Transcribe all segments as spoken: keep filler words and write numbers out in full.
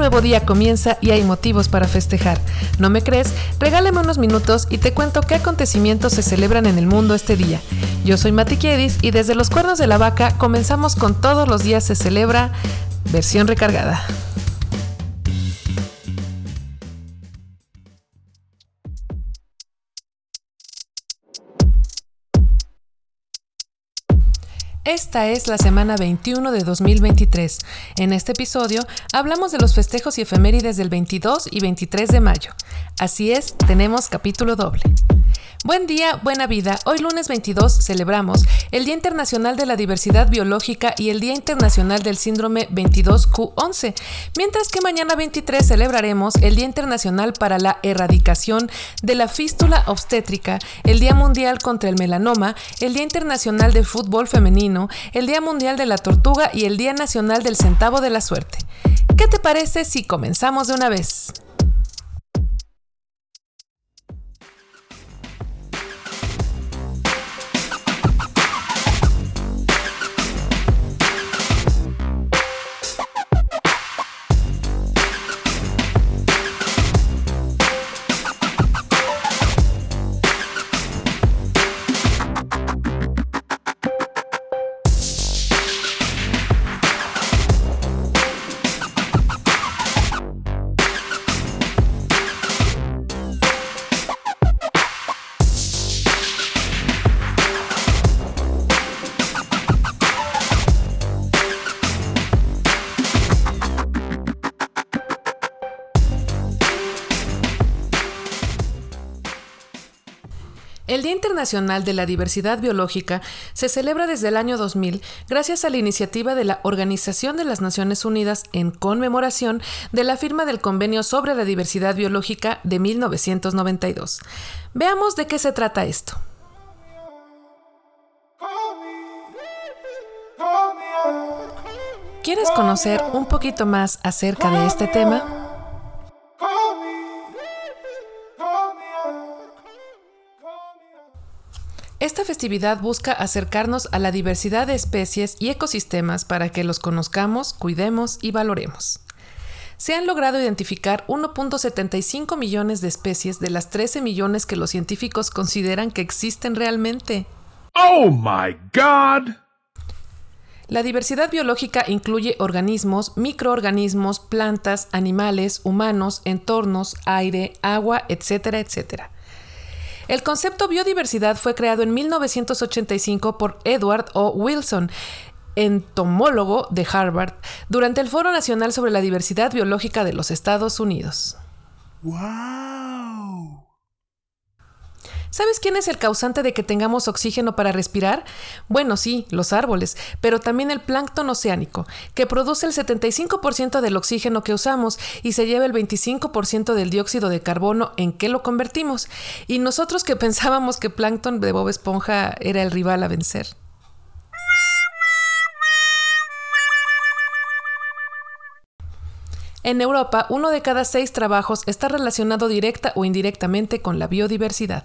nuevo día comienza y hay motivos para festejar. ¿No me crees? Regálame unos minutos y te cuento qué acontecimientos se celebran en el mundo este día. Yo soy Mati Kiedis y desde los Cuernos de la Vaca comenzamos con Todos los días se celebra, versión recargada. Esta es la semana veintiuno de dos mil veintitrés. En este episodio hablamos de los festejos y efemérides del veintidós y veintitrés de mayo. Así es, tenemos capítulo doble. Buen día, buena vida. Hoy lunes veintidós celebramos el Día Internacional de la Diversidad Biológica y el Día Internacional del Síndrome veintidós Q once, mientras que mañana veintitrés celebraremos el Día Internacional para la Erradicación de la Fístula Obstétrica, el Día Mundial contra el Melanoma, el Día Internacional del Fútbol Femenino, el Día Mundial de la Tortuga y el Día Nacional del Centavo de la Suerte. ¿Qué te parece si comenzamos de una vez? El Día Internacional de la Diversidad Biológica se celebra desde el año dos mil gracias a la iniciativa de la Organización de las Naciones Unidas en conmemoración de la firma del Convenio sobre la Diversidad Biológica de mil novecientos noventa y dos. Veamos de qué se trata esto. ¿Quieres conocer un poquito más acerca de este tema? Esta festividad busca acercarnos a la diversidad de especies y ecosistemas para que los conozcamos, cuidemos y valoremos. Se han logrado identificar uno punto setenta y cinco millones de especies de las trece millones que los científicos consideran que existen realmente. ¡Oh, my God! La diversidad biológica incluye organismos, microorganismos, plantas, animales, humanos, entornos, aire, agua, etcétera, etcétera. El concepto biodiversidad fue creado en mil novecientos ochenta y cinco por Edward O. Wilson, entomólogo de Harvard, durante el Foro Nacional sobre la Diversidad Biológica de los Estados Unidos. ¡Wow! ¿Sabes quién es el causante de que tengamos oxígeno para respirar? Bueno, sí, los árboles, pero también el plancton oceánico, que produce el setenta y cinco por ciento del oxígeno que usamos y se lleva el veinticinco por ciento del dióxido de carbono. ¿En qué lo convertimos? Y nosotros que pensábamos que Plankton de Bob Esponja era el rival a vencer. En Europa, uno de cada seis trabajos está relacionado directa o indirectamente con la biodiversidad.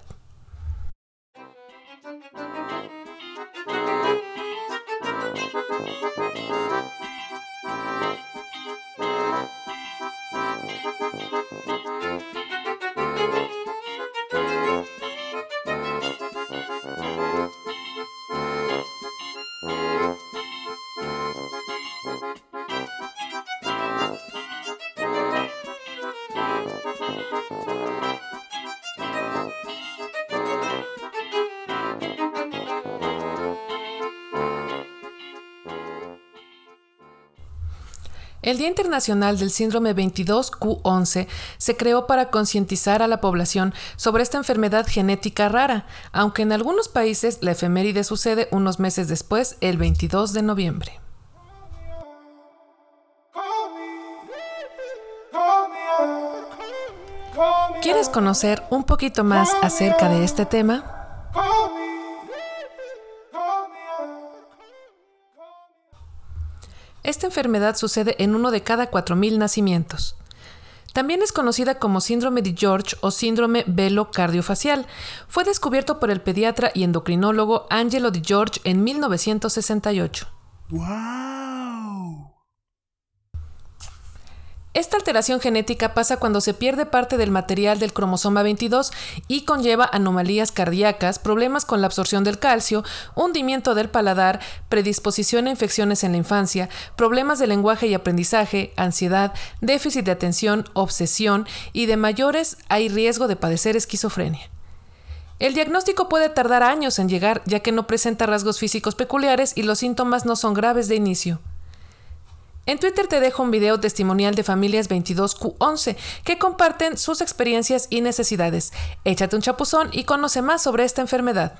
El Día Internacional del Síndrome veintidós Q once se creó para concientizar a la población sobre esta enfermedad genética rara, aunque en algunos países la efeméride sucede unos meses después, el veintidós de noviembre. ¿Quieres conocer un poquito más acerca de este tema? Esta enfermedad sucede en uno de cada cuatro mil nacimientos. También es conocida como síndrome de George o síndrome velo-cardiofacial. Fue descubierto por el pediatra y endocrinólogo Angelo Di George en mil novecientos sesenta y ocho. ¡Wow! Esta alteración genética pasa cuando se pierde parte del material del cromosoma veintidós y conlleva anomalías cardíacas, problemas con la absorción del calcio, hundimiento del paladar, predisposición a infecciones en la infancia, problemas de lenguaje y aprendizaje, ansiedad, déficit de atención, obsesión y de mayores hay riesgo de padecer esquizofrenia. El diagnóstico puede tardar años en llegar, ya que no presenta rasgos físicos peculiares y los síntomas no son graves de inicio. En Twitter te dejo un video testimonial de familias veintidós Q once que comparten sus experiencias y necesidades. Échate un chapuzón y conoce más sobre esta enfermedad.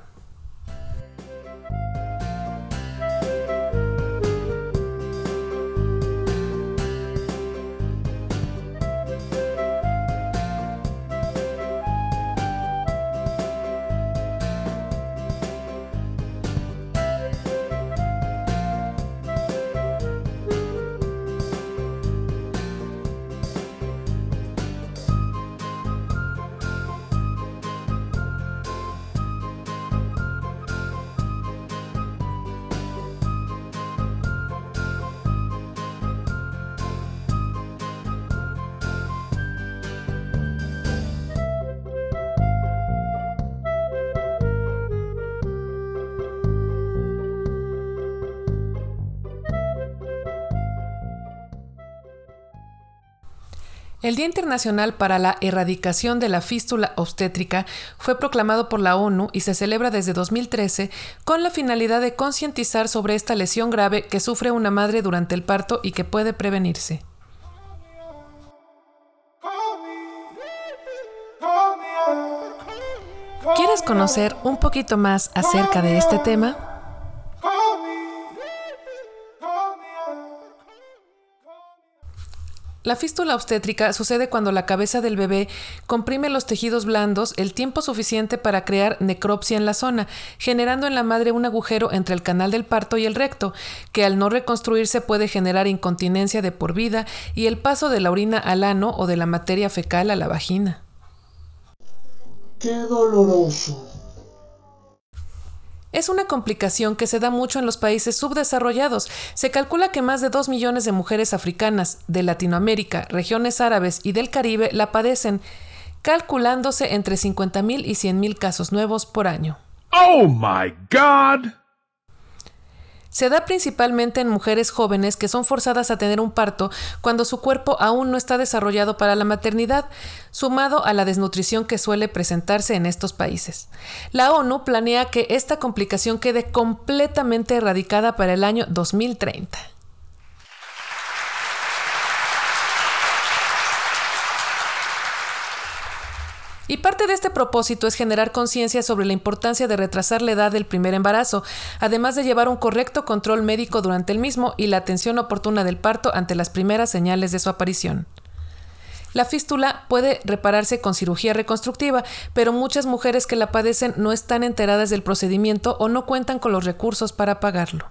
El Día Internacional para la Erradicación de la Fístula Obstétrica fue proclamado por la ONU y se celebra desde dos mil trece con la finalidad de concientizar sobre esta lesión grave que sufre una madre durante el parto y que puede prevenirse. ¿Quieres conocer un poquito más acerca de este tema? La fístula obstétrica sucede cuando la cabeza del bebé comprime los tejidos blandos el tiempo suficiente para crear necropsia en la zona, generando en la madre un agujero entre el canal del parto y el recto, que al no reconstruirse puede generar incontinencia de por vida y el paso de la orina al ano o de la materia fecal a la vagina. ¡Qué doloroso! Es una complicación que se da mucho en los países subdesarrollados. Se calcula que más de dos millones de mujeres africanas, de Latinoamérica, regiones árabes y del Caribe la padecen, calculándose entre cincuenta mil y cien mil casos nuevos por año. Oh my God! Se da principalmente en mujeres jóvenes que son forzadas a tener un parto cuando su cuerpo aún no está desarrollado para la maternidad, sumado a la desnutrición que suele presentarse en estos países. La ONU planea que esta complicación quede completamente erradicada para el año dos mil treinta. Y parte de este propósito es generar conciencia sobre la importancia de retrasar la edad del primer embarazo, además de llevar un correcto control médico durante el mismo y la atención oportuna del parto ante las primeras señales de su aparición. La fístula puede repararse con cirugía reconstructiva, pero muchas mujeres que la padecen no están enteradas del procedimiento o no cuentan con los recursos para pagarlo.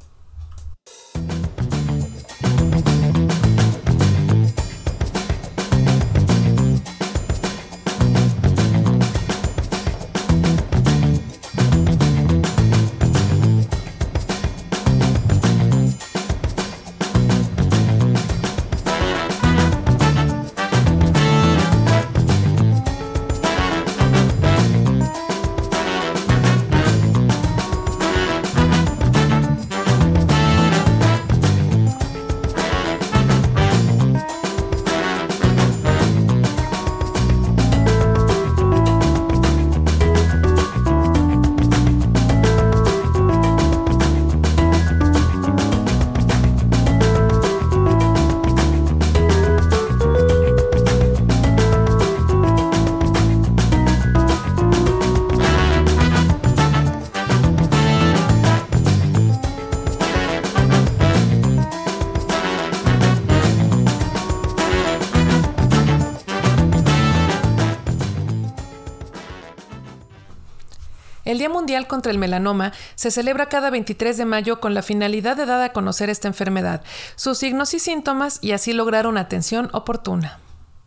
El Día Mundial contra el Melanoma se celebra cada veintitrés de mayo con la finalidad de dar a conocer esta enfermedad, sus signos y síntomas y así lograr una atención oportuna.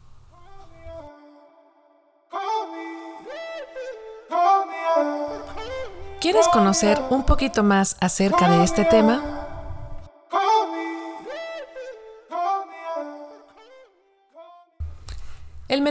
¿Quieres conocer un poquito más acerca de este tema?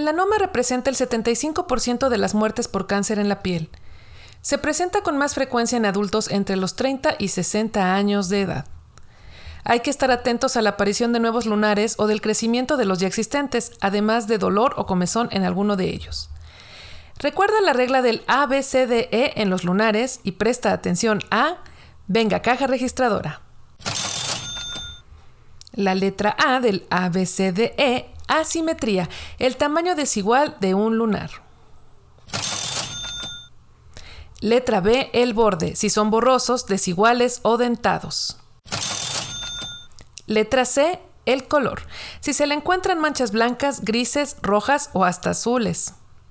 melanoma representa el setenta y cinco por ciento de las muertes por cáncer en la piel. Se presenta con más frecuencia en adultos entre los treinta y sesenta años de edad. Hay que estar atentos a la aparición de nuevos lunares o del crecimiento de los ya existentes, además de dolor o comezón en alguno de ellos. Recuerda la regla del A B C D E en los lunares y presta atención a... Venga, caja registradora. La letra A del A B C D E, asimetría, el tamaño desigual de un lunar. Letra B, el borde, si son borrosos, desiguales o dentados. Letra C, el color, si se le encuentran manchas blancas, grises, rojas o hasta azules.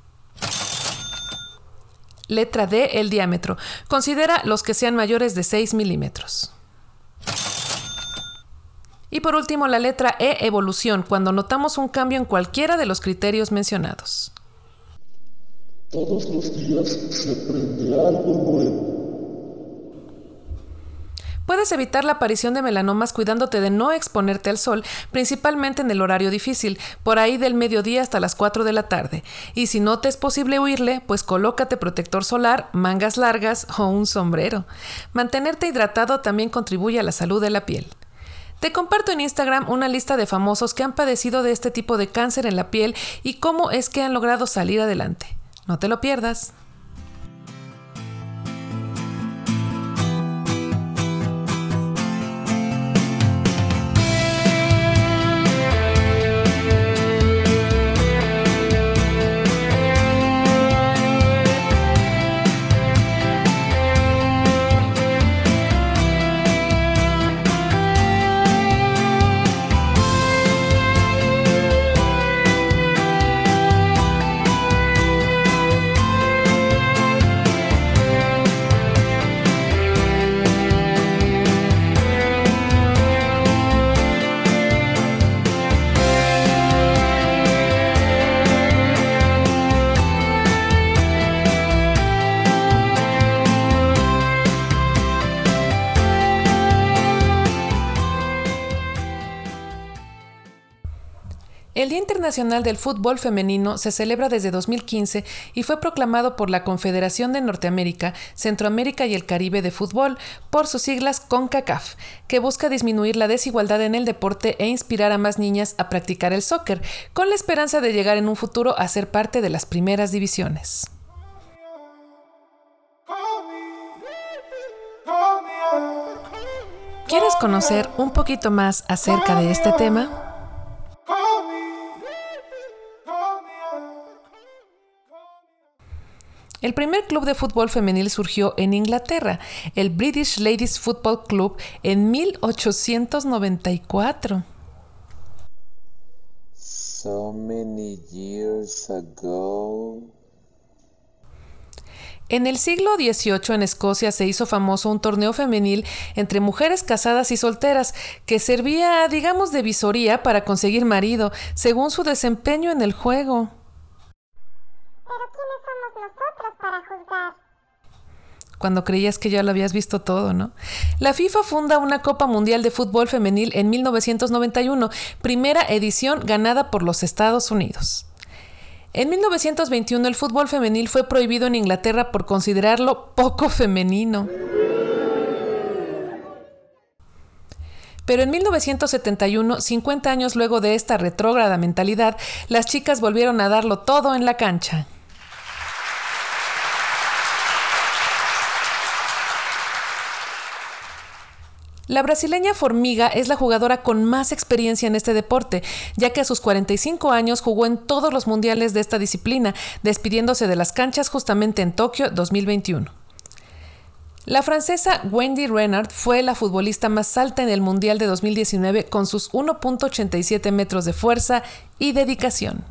Letra D, el diámetro. Considera los que sean mayores de seis milímetros. Y por último, la letra E, evolución, cuando notamos un cambio en cualquiera de los criterios mencionados. Todos los días se prende algo nuevo. Puedes evitar la aparición de melanomas cuidándote de no exponerte al sol, principalmente en el horario difícil, por ahí del mediodía hasta las cuatro de la tarde. Y si no te es posible huirle, pues colócate protector solar, mangas largas o un sombrero. Mantenerte hidratado también contribuye a la salud de la piel. Te comparto en Instagram una lista de famosos que han padecido de este tipo de cáncer en la piel y cómo es que han logrado salir adelante. No te lo pierdas. El Día Internacional del Fútbol Femenino se celebra desde dos mil quince y fue proclamado por la Confederación de Norteamérica, Centroamérica y el Caribe de Fútbol, por sus siglas CONCACAF, que busca disminuir la desigualdad en el deporte e inspirar a más niñas a practicar el soccer, con la esperanza de llegar en un futuro a ser parte de las primeras divisiones. ¿Quieres conocer un poquito más acerca de este tema? El primer club de fútbol femenil surgió en Inglaterra, el British Ladies Football Club, en mil ochocientos noventa y cuatro. So many years ago. En el siglo dieciocho en Escocia se hizo famoso un torneo femenil entre mujeres casadas y solteras que servía, digamos, de visoría para conseguir marido, según su desempeño en el juego. ¿Pero quiénes somos nosotros para juzgar? Cuando creías que ya lo habías visto todo, ¿no? La FIFA funda una Copa Mundial de Fútbol Femenil en mil novecientos noventa y uno, primera edición ganada por los Estados Unidos. En mil novecientos veintiuno el fútbol femenil fue prohibido en Inglaterra por considerarlo poco femenino. Pero en mil novecientos setenta y uno, cincuenta años luego de esta retrógrada mentalidad, las chicas volvieron a darlo todo en la cancha. La brasileña Formiga es la jugadora con más experiencia en este deporte, ya que a sus cuarenta y cinco años jugó en todos los mundiales de esta disciplina, despidiéndose de las canchas justamente en Tokio dos mil veintiuno. La francesa Wendy Renard fue la futbolista más alta en el Mundial de dos mil diecinueve con sus uno punto ochenta y siete metros de fuerza y dedicación.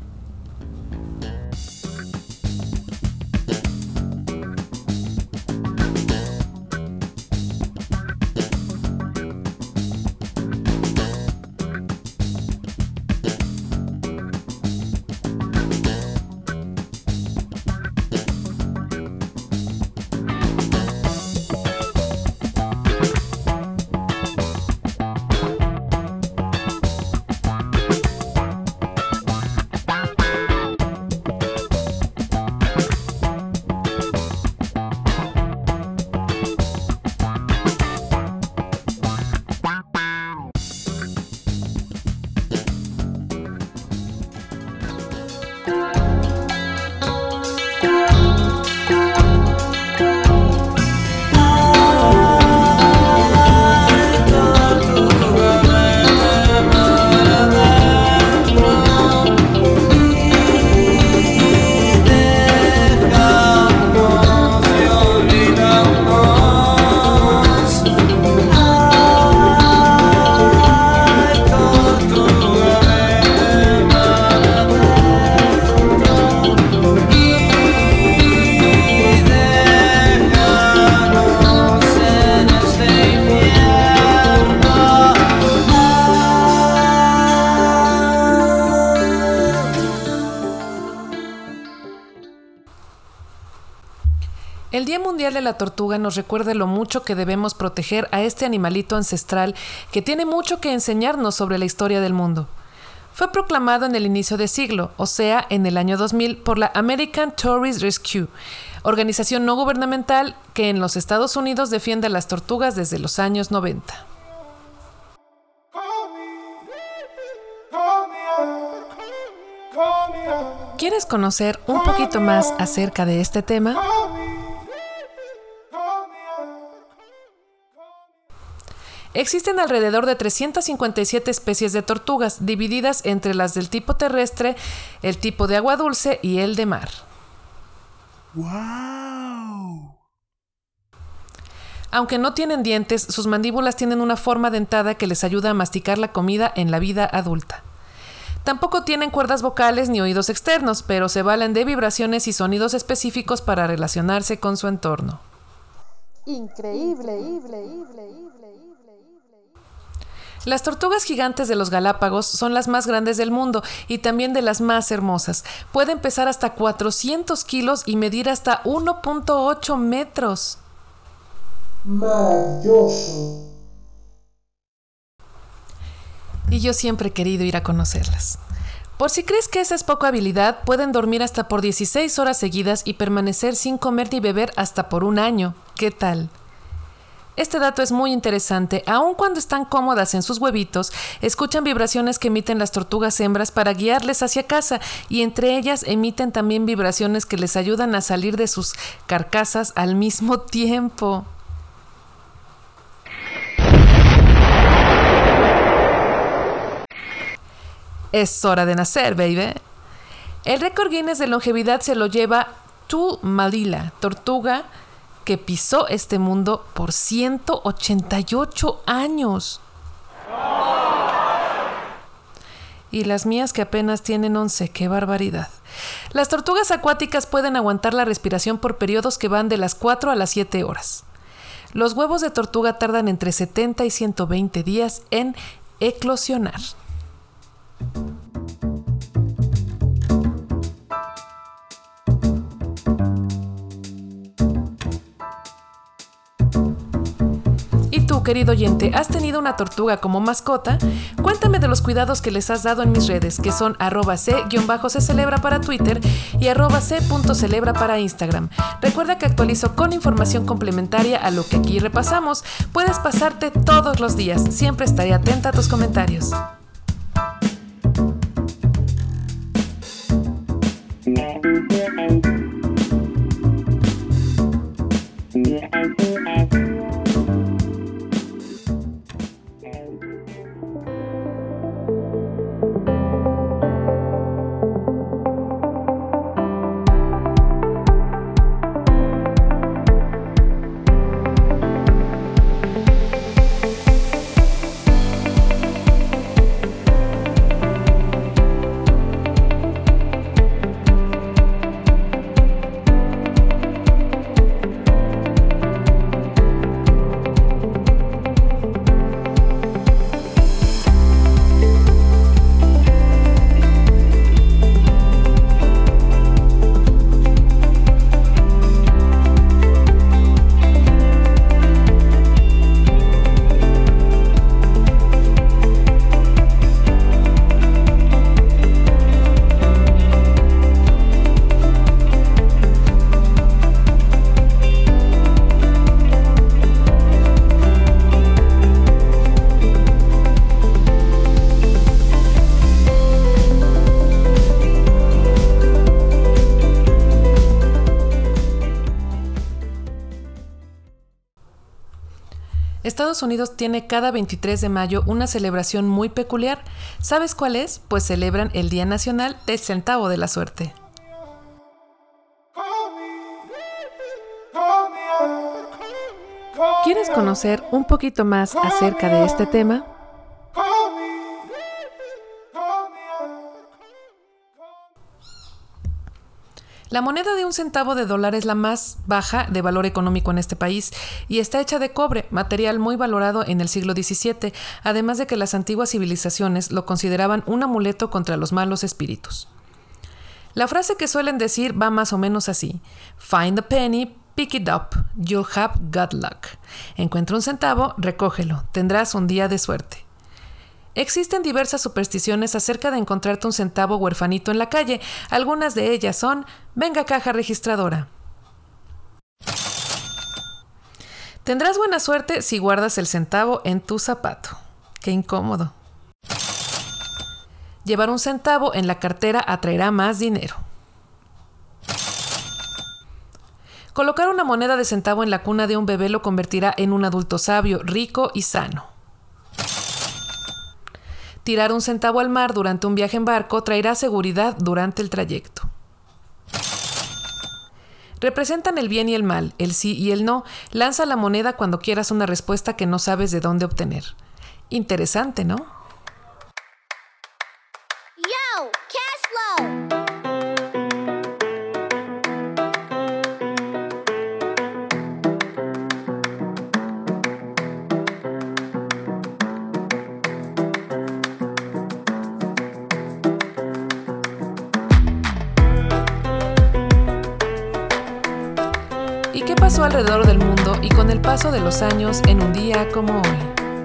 El Día Mundial de la Tortuga nos recuerda lo mucho que debemos proteger a este animalito ancestral que tiene mucho que enseñarnos sobre la historia del mundo. Fue proclamado en el inicio de siglo, o sea, en el año dos mil, por la American Tourist Rescue, organización no gubernamental que en los Estados Unidos defiende a las tortugas desde los años noventa. ¿Quieres conocer un poquito más acerca de este tema? Existen alrededor de trescientas cincuenta y siete especies de tortugas, divididas entre las del tipo terrestre, el tipo de agua dulce y el de mar. Wow. Aunque no tienen dientes, sus mandíbulas tienen una forma dentada que les ayuda a masticar la comida en la vida adulta. Tampoco tienen cuerdas vocales ni oídos externos, pero se valen de vibraciones y sonidos específicos para relacionarse con su entorno. Increíble, increíble, increíble. Las tortugas gigantes de los Galápagos son las más grandes del mundo y también de las más hermosas. Pueden pesar hasta cuatrocientos kilos y medir hasta uno punto ocho metros. Maravilloso. Y yo siempre he querido ir a conocerlas. Por si crees que esa es poca habilidad, pueden dormir hasta por dieciséis horas seguidas y permanecer sin comer ni beber hasta por un año. ¿Qué tal? Este dato es muy interesante. Aun cuando están cómodas en sus huevitos, escuchan vibraciones que emiten las tortugas hembras para guiarles hacia casa, y entre ellas emiten también vibraciones que les ayudan a salir de sus carcasas al mismo tiempo. Es hora de nacer, baby. El récord Guinness de longevidad se lo lleva Tu Malila, tortuga que pisó este mundo por ciento ochenta y ocho años. Y las mías que apenas tienen once, ¡qué barbaridad! Las tortugas acuáticas pueden aguantar la respiración por periodos que van de las cuatro a las siete horas. Los huevos de tortuga tardan entre setenta y ciento veinte días en eclosionar. ¿Y tú, querido oyente, has tenido una tortuga como mascota? Cuéntame de los cuidados que les has dado en mis redes, que son arroba c-se celebra para Twitter y arroba c.celebra para Instagram. Recuerda que actualizo con información complementaria a lo que aquí repasamos. Puedes pasarte todos los días. Siempre estaré atenta a tus comentarios. Estados Unidos tiene cada veintitrés de mayo una celebración muy peculiar. ¿Sabes cuál es? Pues celebran el Día Nacional del Centavo de la Suerte. ¿Quieres conocer un poquito más acerca de este tema? La moneda de un centavo de dólar es la más baja de valor económico en este país y está hecha de cobre, material muy valorado en el siglo diecisiete, además de que las antiguas civilizaciones lo consideraban un amuleto contra los malos espíritus. La frase que suelen decir va más o menos así: Find the penny, Pick it up, you'll have good luck. Encuentra un centavo, recógelo, tendrás un día de suerte. Existen diversas supersticiones acerca de encontrarte un centavo huerfanito en la calle. Algunas de ellas son: venga caja registradora. Tendrás buena suerte si guardas el centavo en tu zapato. ¡Qué incómodo! Llevar un centavo en la cartera atraerá más dinero. Colocar una moneda de centavo en la cuna de un bebé lo convertirá en un adulto sabio, rico y sano. Tirar un centavo al mar durante un viaje en barco traerá seguridad durante el trayecto. Representan el bien y el mal, el sí y el no. Lanza la moneda cuando quieras una respuesta que no sabes de dónde obtener. Interesante, ¿no? Yo, Caslow! ¿Y qué pasó alrededor del mundo y con el paso de los años en un día como hoy?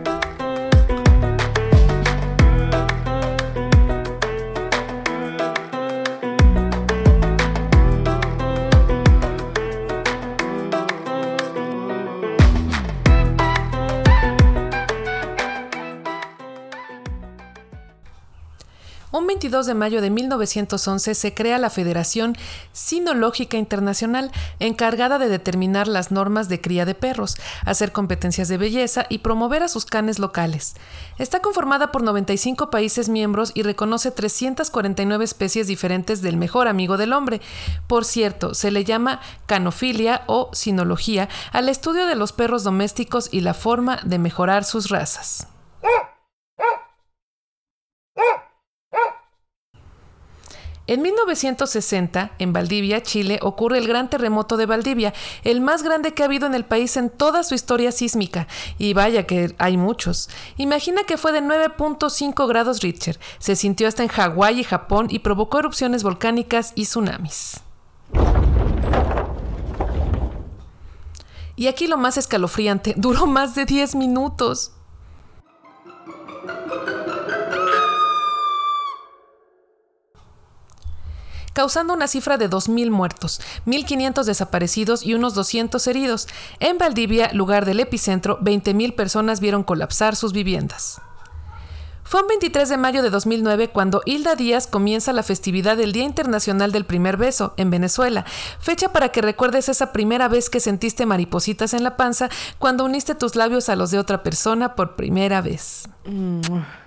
Un veintidós de mayo de mil novecientos once se crea la Federación Cinológica Internacional, encargada de determinar las normas de cría de perros, hacer competencias de belleza y promover a sus canes locales. Está conformada por noventa y cinco países miembros y reconoce trescientas cuarenta y nueve especies diferentes del mejor amigo del hombre. Por cierto, se le llama canofilia o cinología al estudio de los perros domésticos y la forma de mejorar sus razas. En mil novecientos sesenta, en Valdivia, Chile, ocurre el Gran Terremoto de Valdivia, el más grande que ha habido en el país en toda su historia sísmica. Y vaya que hay muchos. Imagina que fue de nueve punto cinco grados Richter. Se sintió hasta en Hawái y Japón y provocó erupciones volcánicas y tsunamis. Y aquí lo más escalofriante, duró más de diez minutos. Causando una cifra de dos mil muertos, mil quinientos desaparecidos y unos doscientos heridos. En Valdivia, lugar del epicentro, veinte mil personas vieron colapsar sus viviendas. Fue un veintitrés de mayo de dos mil nueve cuando Hilda Díaz comienza la festividad del Día Internacional del Primer Beso en Venezuela, fecha para que recuerdes esa primera vez que sentiste maripositas en la panza cuando uniste tus labios a los de otra persona por primera vez. Mm.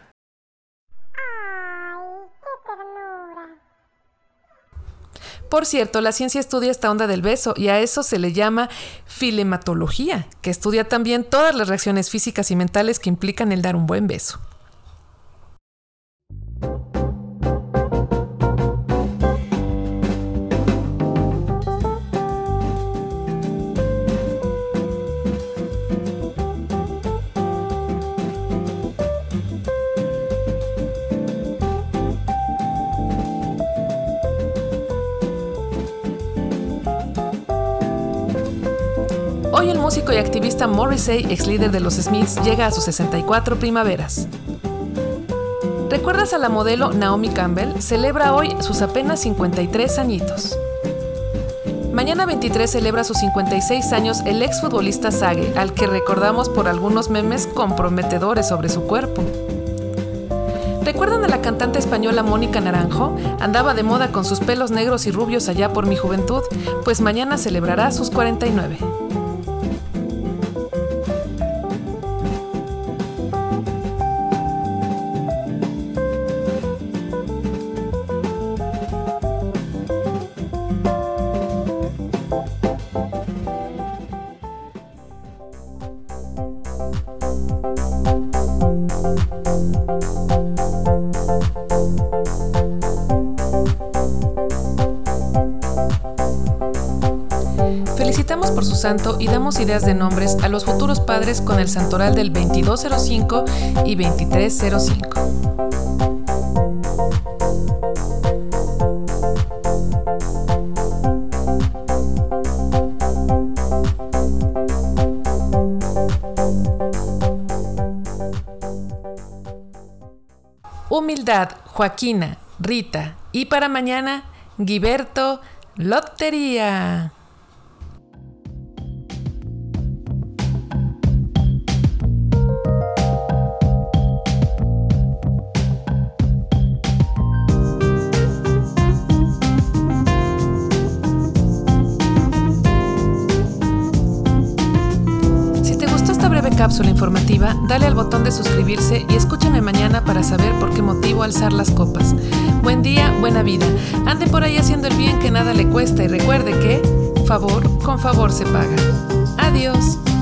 Por cierto, la ciencia estudia esta onda del beso y a eso se le llama filematología, que estudia también todas las reacciones físicas y mentales que implican el dar un buen beso. Hoy el músico y activista Morrissey, ex líder de los Smiths, llega a sus sesenta y cuatro primaveras. ¿Recuerdas a la modelo Naomi Campbell? Celebra hoy sus apenas cincuenta y tres añitos. Mañana veintitrés celebra sus cincuenta y seis años el exfutbolista Sage, al que recordamos por algunos memes comprometedores sobre su cuerpo. ¿Recuerdan a la cantante española Mónica Naranjo? Andaba de moda con sus pelos negros y rubios allá por mi juventud, pues mañana celebrará sus cuarenta y nueve. Felicitamos por su santo y damos ideas de nombres a los futuros padres con el santoral del veintidós cero cinco y veintitrés cero cinco. Humildad, Joaquina, Rita. Y para mañana, Guiberto, Lotería. Cápsula informativa, dale al botón de suscribirse y escúchame mañana para saber por qué motivo alzar las copas. Buen día, buena vida. Ande por ahí haciendo el bien que nada le cuesta y recuerde que favor con favor se paga. Adiós.